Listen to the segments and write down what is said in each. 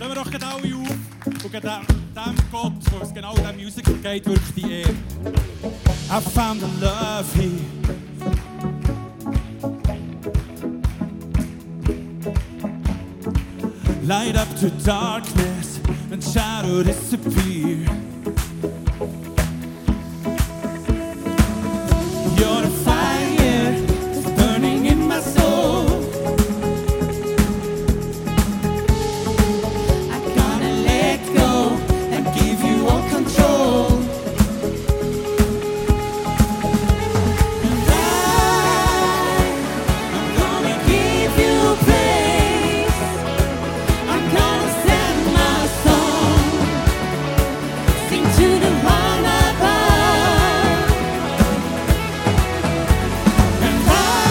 Stehen wir doch gerade alle auf und geben dem Gott, wo es genau in diesem Musical geht, wirklich die Ehre. I found the love here. Light up to darkness and shadow disappear. You're the fire that's burning in my soul. I gotta let go and give you all control. And I'm gonna give you praise. I'm gonna send my song, sing to the one above. And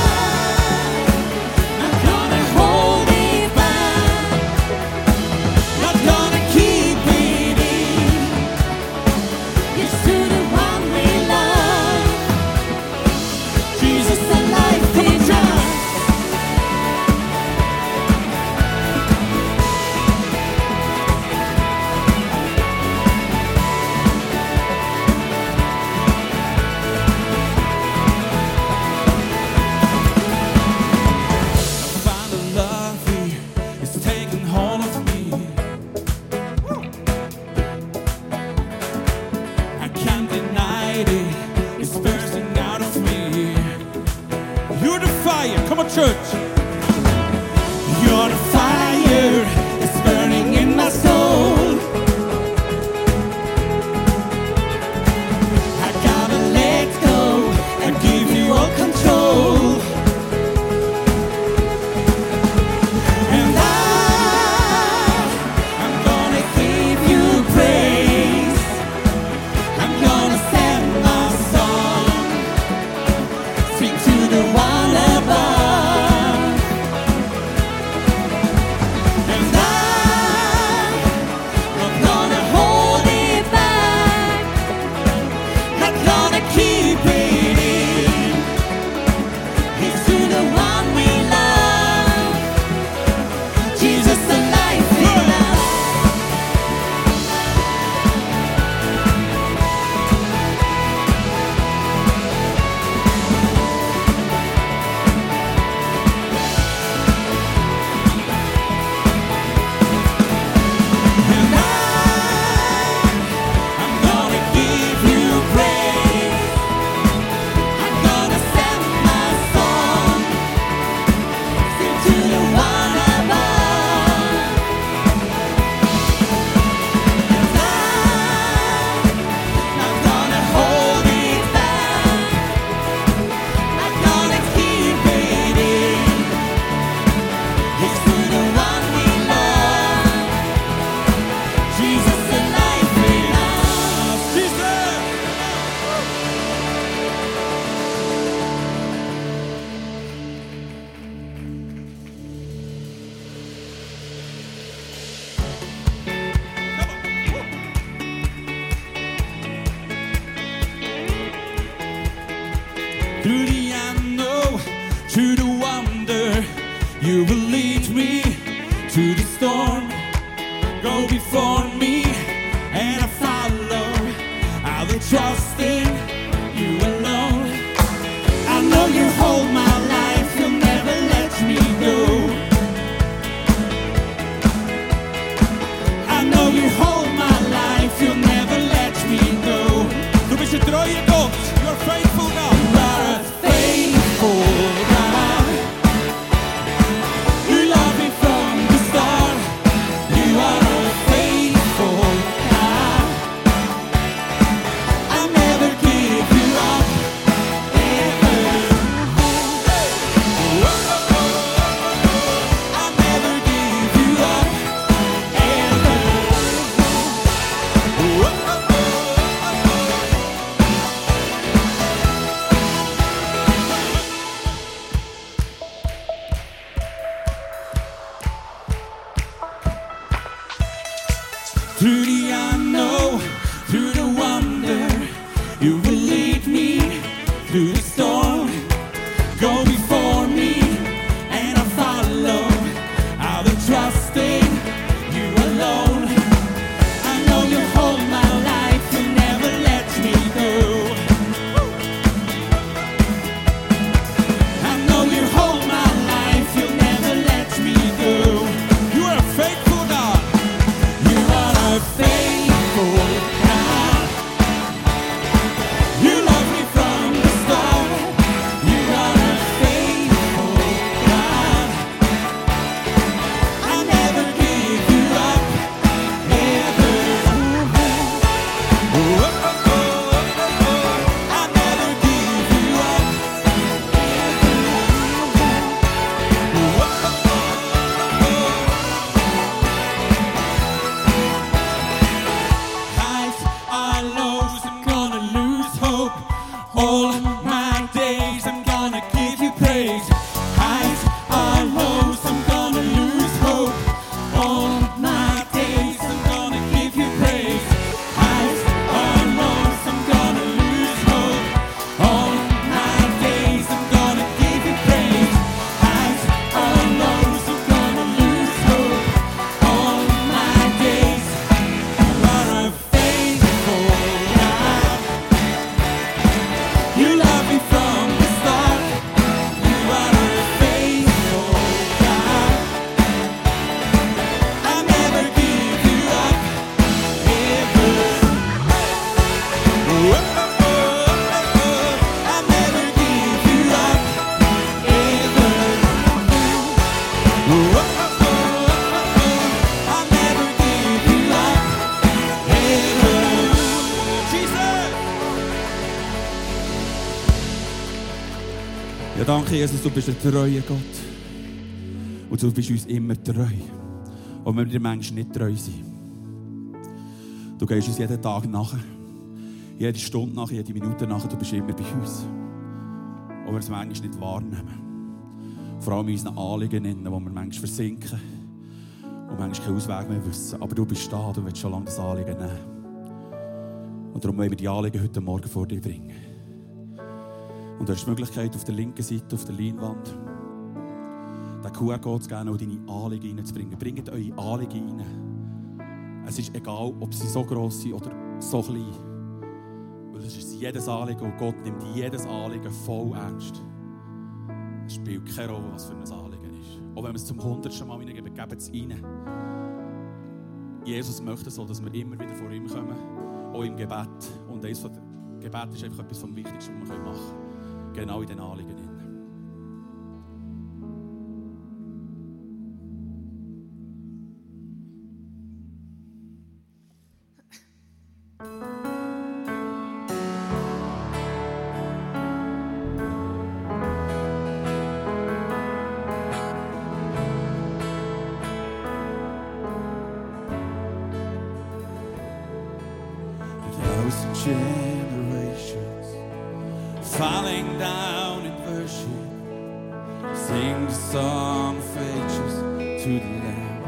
I'm gonna hold it back, not gonna keep it in. It's to the one we love, Jesus the life in us. Find a love here, it's taking hold of me. I can't deny it, it's bursting out of me. You're the fire, come on church. You're the fire, it's burning in my soul. I gotta let go and give you all control. And I'm gonna give you praise. I'm gonna send my song, sing to the one above. And I'm gonna hold it back, not gonna keep it in. It's to the one we love, Jesus the life in us. And I'm gonna give you praise. I'm gonna send my song, sing to the one above. And I'm gonna hold it back, not gonna keep it in. It's to the one we love, Jesus the life in us. Jesus! Through the unknown, through the wonder, you will lead me to the storm. Go before me, and I follow. I will trust in you alone. I know you hold my life, you'll never let me go. I know you hold my life, you'll never let me go. Du bist ein treuer Gott, you are faithful God. You are a faithful God. You love me from the start. You are a faithful God. I'll never give you up, ever. I'll never give you up, ever. Through the unknown, through the wonder, you will lead me through the storm. Go before me, and I follow. I will trust in you alone. Ja, danke, Jesus, du bist ein treuer Gott. Und du bist uns immer treu. Auch wenn wir den Menschen nicht treu sind. Du gehst uns jeden Tag nach. Jede Stunde nach, jede Minute nach. Du bist immer bei uns. Auch wenn wir es manchmal nicht wahrnehmen. Vor allem in unseren Anliegen, wo wir manchmal versinken. Und manchmal keinen Ausweg mehr wissen. Aber du bist da, du willst schon lange das Anliegen nehmen. Und darum wollen wir die Anliegen heute Morgen vor dir bringen. Und du hast die Möglichkeit, auf der linken Seite, auf der Leinwand, den QR-Code zu geben und deine Anliegen reinzubringen. Bringt eure Anliegen rein. Es ist egal, ob sie so gross sind oder so klein. Weil es ist jedes Anliegen und Gott nimmt jedes Anliegen voll ernst. Es spielt keine Rolle, was für ein Anliegen ist. Auch wenn wir es zum 100. Mal hineingeben, geben es rein. Jesus möchte so, dass wir immer wieder vor ihm kommen, auch im Gebet. Und eines von den Gebet ist einfach etwas vom Wichtigsten, was wir machen können. Genau in den Anliegen. Generations falling down in worship, sing the song of ages to the Lamb.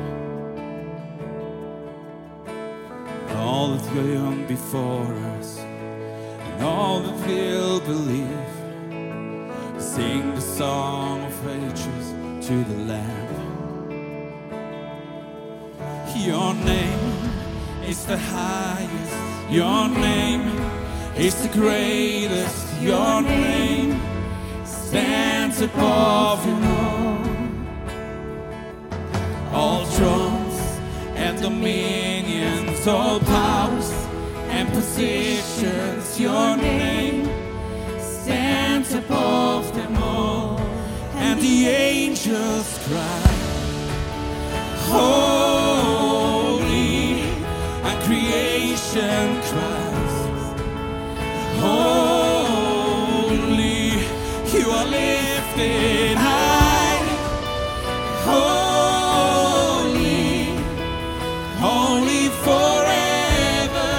All that will before us, and all that will believe, sing the song of ages to the Lamb. Your name is the highest. Your name is the greatest. Your name stands above you all thrones and dominions, all powers and positions. Your name stands above them all, and the angels cry, holy, and creation cries, holy, you are lifted high, holy, holy forever.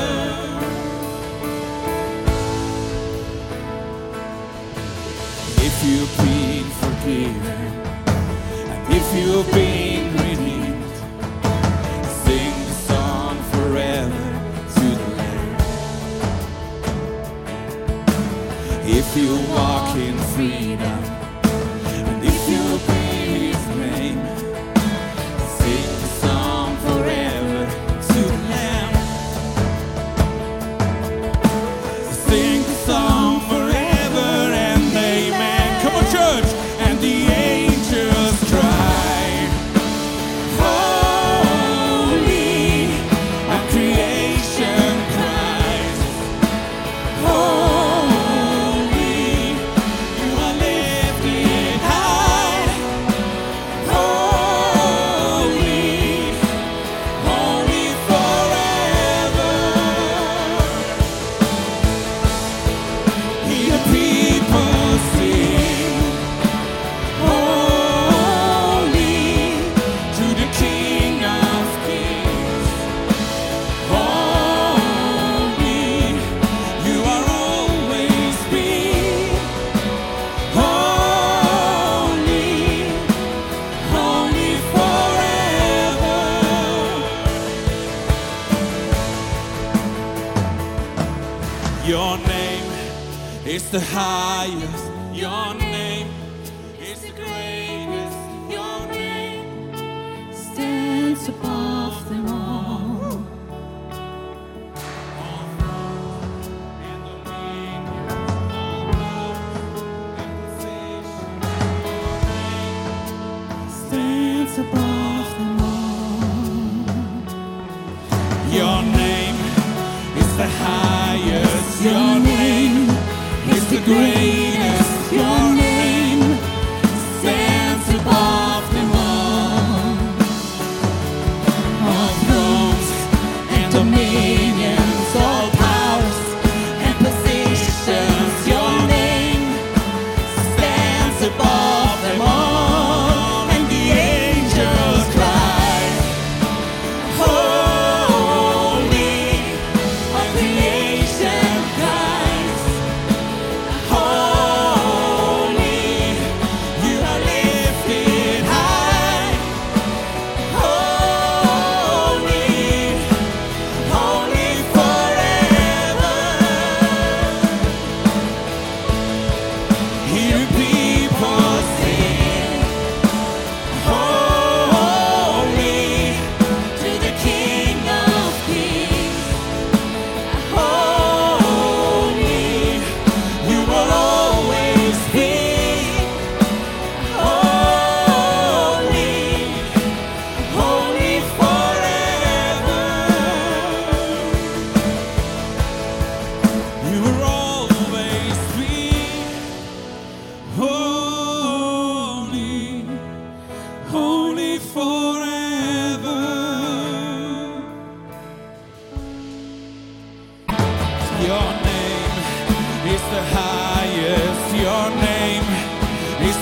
If you've been forgiven, and if you've been redeemed, sing the song forever to the Lamb. If you walk in freedom, and if you bear His name, sing the song forever to the Lamb. Sing the song forever and amen. Come on, church. And the angels cry, holy, and creation cries, holy, you are lifted high, holy, holy forever. Hear the people sing, holy, to the King of Kings. Holy, you are always been. Holy, holy forever. Your name is the highest. Your name is the greatest. Your name Stands above them all. all thrones and dominions, all powers and positions. Stands above them all. Your name is the highest. Your name is the greatest.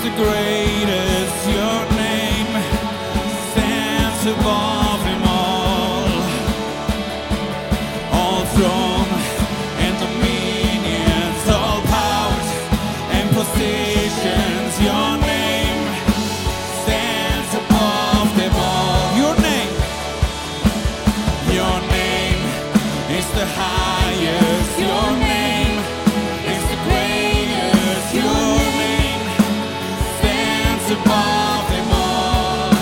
the greatest. Your name stands above them all. All throne and dominions, all powers and positions. Your name stands above them all. Your name is the highest. Your name is the greatest. Your name stands above them all.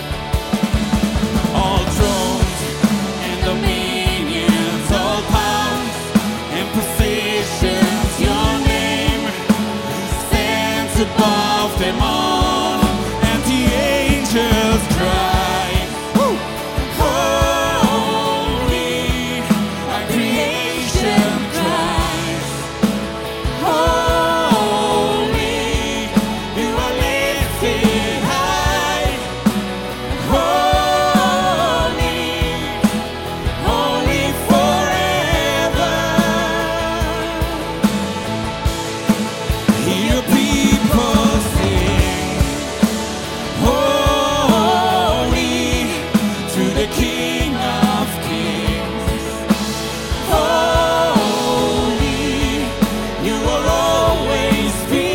All thrones and dominions, all powers and positions. Your name stands above them all. And the angels cry, holy, our creation cries, holy, you are lifted high, holy, holy forever. Hear people sing, holy, to the King of Kings. Holy, you will always be.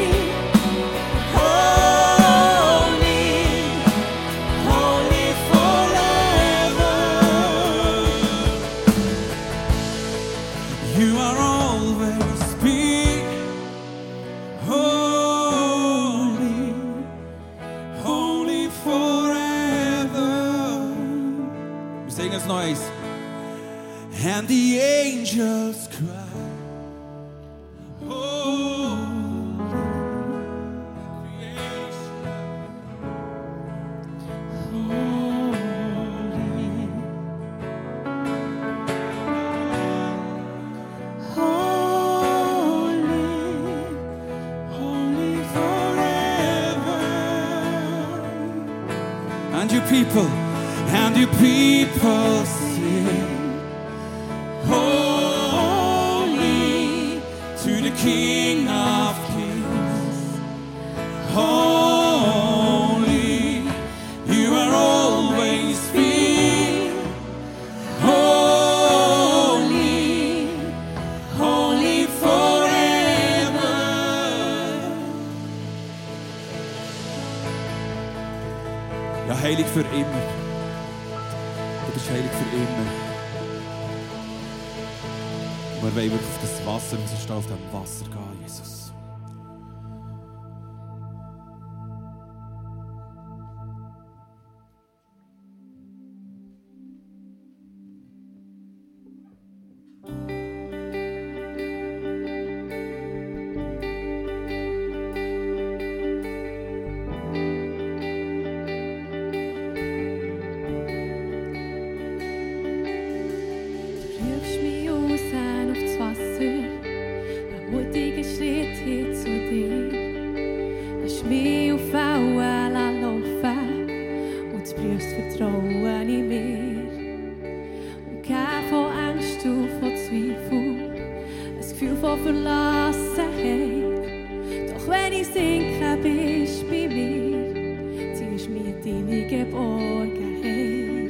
Holy, holy forever. You are always be. Holy, holy forever. Wir singen es Neues. And the angels cry, holy, creation, Holy forever. and you people sing, holy, to the King of Kings. Holy, you are always be. Holy, holy forever. Ja, heilig für immer. Du bist heilig für immer. Und wir wollen wirklich auf das Wasser, wir stehen auf dem Wasser gehen, Jesus. Du rufst mich raus auf das Wasser, ein mutiger Schritt hin zu dir. Lass mich auf Wellen laufen und du prüfst Vertrauen in mir. Umgeben von Angst und von Zweifel, ein Gefühl von Verlassenheit. Doch wenn ich sinke, bist du bei mir, ziehst mich in deine Geborgenheit.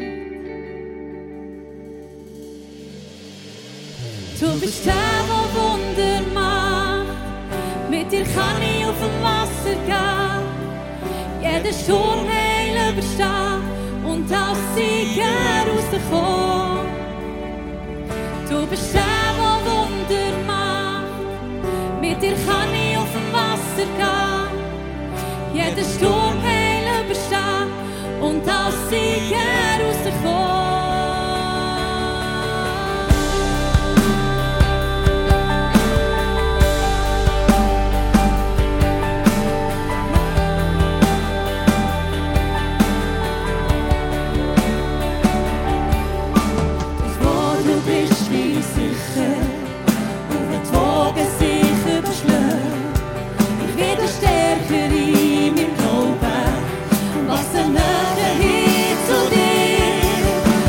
Du bist der, der Wunder macht. Mit dir kann ich auf dem Wasser gehen, jeden Sturm heil überstehen und als Sieger rauskommen. Du bist der, der Wunder macht. Mit dir kann ich auf dem Wasser gehen, jeden Sturm heil überstehen und als Sieger rauskommen. Stärker in meinem Glauben, was eine Nähe hin zu dir.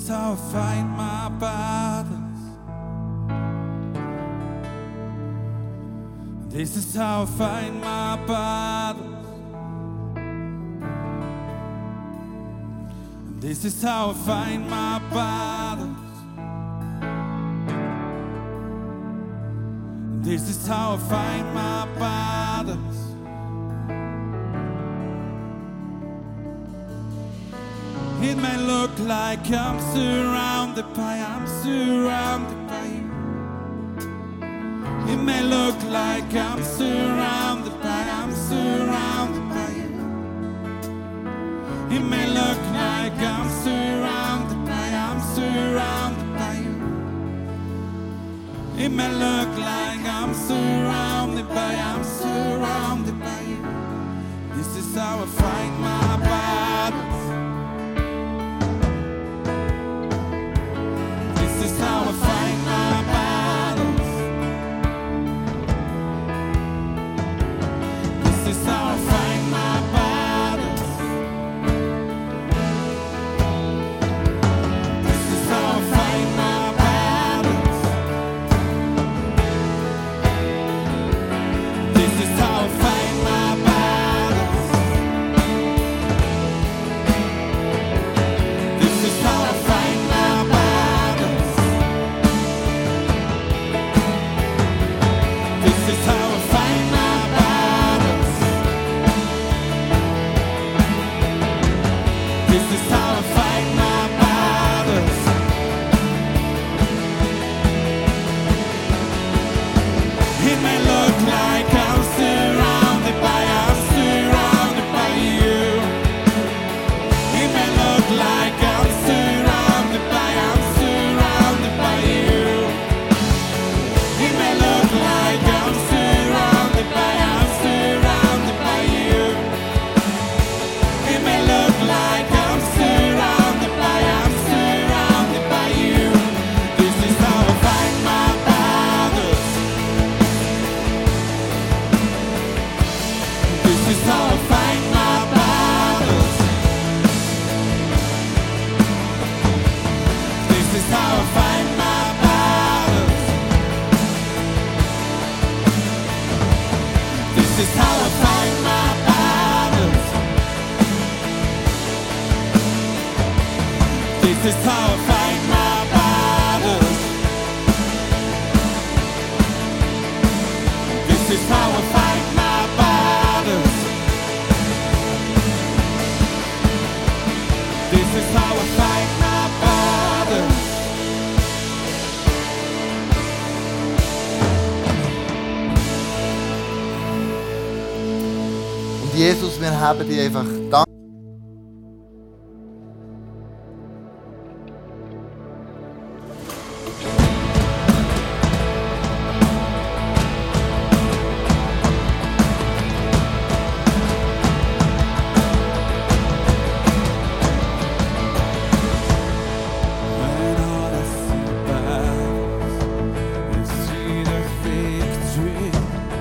how I find my battles. This is how I find my battles. This is how I find my battles. This is how I find my battles. It may look like I'm surrounded by you. It may look like I'm surrounded by you. It may look like I'm surrounded by you. It may look like I'm surrounded by you. This is how I fight my battles. This is how I fight my battles. This is how I fight my battles. This is how I fight my battles. This is how I fight my battles. This is how I fight my battles. This is how I fight my battles. This is how I fight my battles. It may look like I'm surrounded by you. It may look like I'm surrounded by you. It may look like I'm surrounded by you. It may look like I'm surrounded by you. This is how I fight my battles. This is how I fight my battles. This is how I fight my battles. This is how I fight my battles. This is how I fight my battles. This is how I fight my battles. This is how I fight my battles. Und Jesus, wir haben dir einfach Dank. When all I see battles, you see the victory.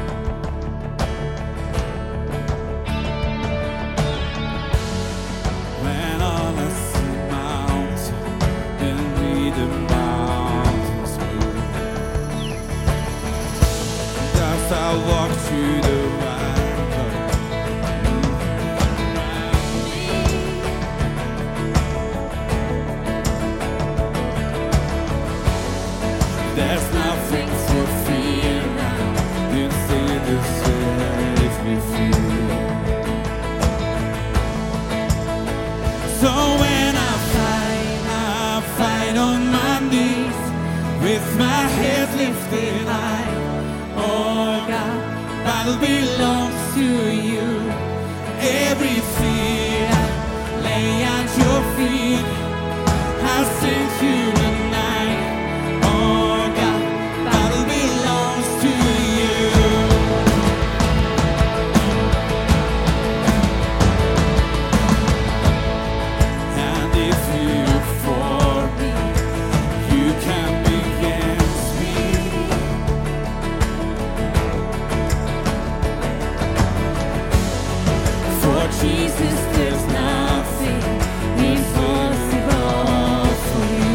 When all I see mountains, and read the mountains move. As I walk through the there's nothing to fear now. You see the safe me free. So when I fight on my knees with my head lifted high. Oh God, battle belongs to you. Every fear I lay at your feet. I sing to the night. Oh God, battle belongs to you. And if you're for me, you can be against me. For Jesus, there's nothing impossible for you.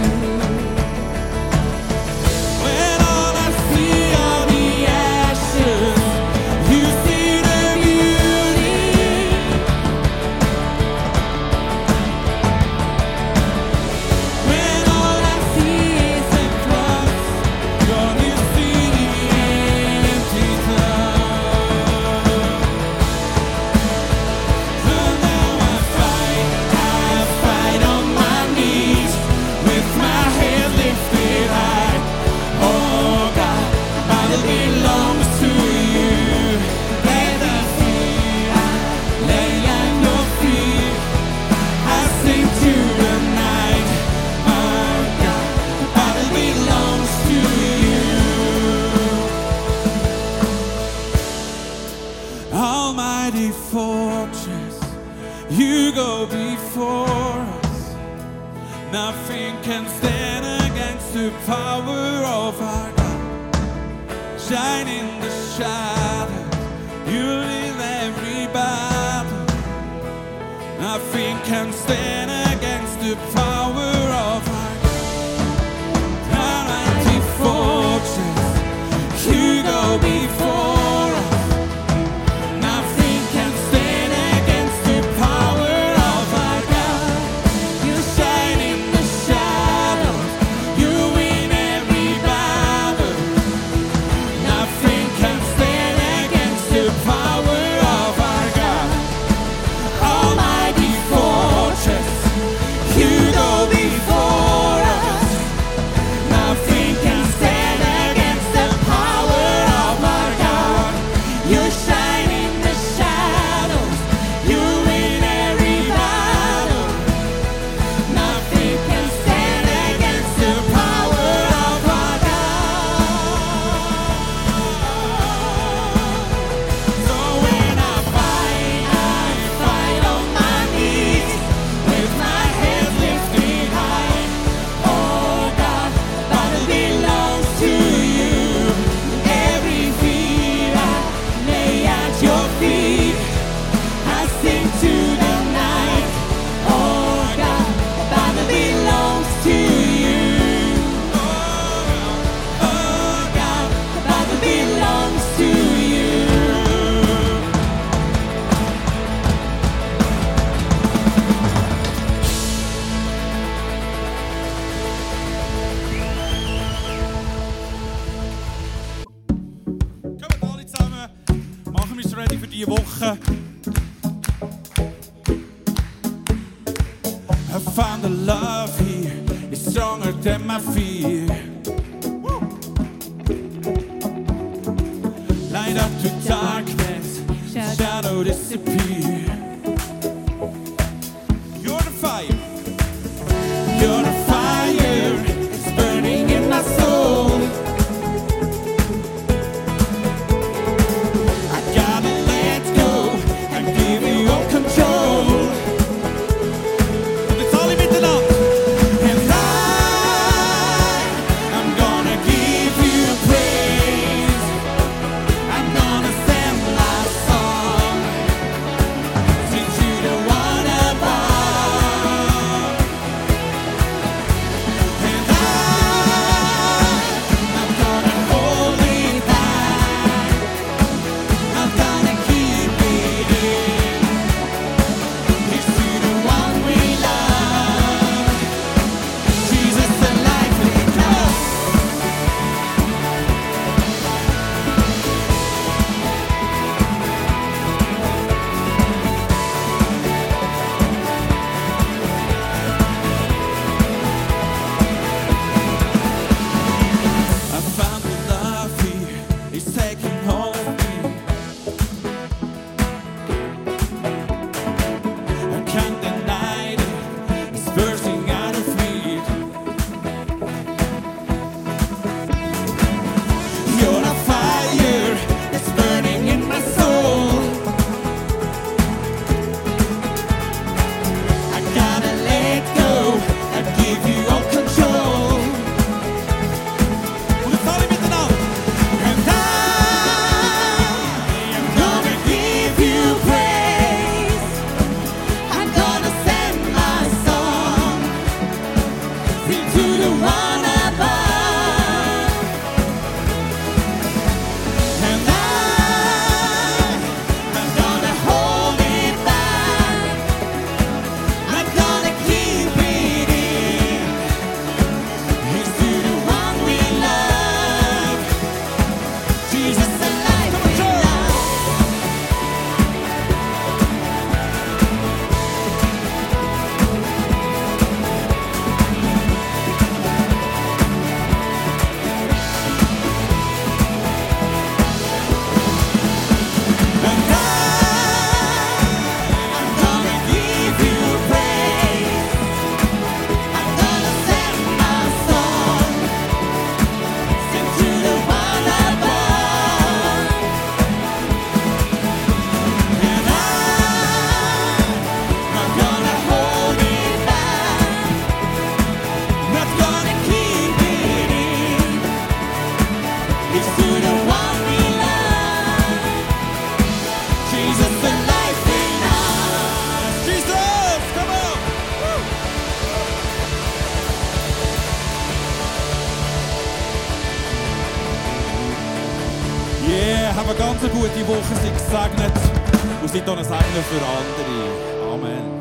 fortress. You go before us. Nothing can stand against the power of our God. Shine in the shadows. You live every battle. Nothing can stand against the power of our God. Our mighty fortress. You go before us. Nothing can stand against the power of our God. You shine in the shadows. You win every battle. Nothing can stand against the power of our God. Almighty fortress. You go before us. Nothing can stand against the power of our God. You shine in the shadows. You win every battle. Nothing can stand against the power of our God. So when I fight on my knees with my head lifted high. Oh God, battle belongs to you. Every fear I lay at your feet. I sing to the night. Oh God, battle belongs to you. Oh God, battle belongs to you. Kommt alle zusammen, machen wir uns ready für diese Woche. I found the love here, it's stronger than my fear. Light up to darkness, shadow disappear. You're the fire. You're the fire, it's burning in my soul. I gotta let go and give you all control. Und jetzt alle miteinander. And I'm gonna give you praise. I'm gonna sing my song. Sing to the one above. Habt eine ganz gute Woche, seid gesegnet und seid auch ein Segen für andere. Amen.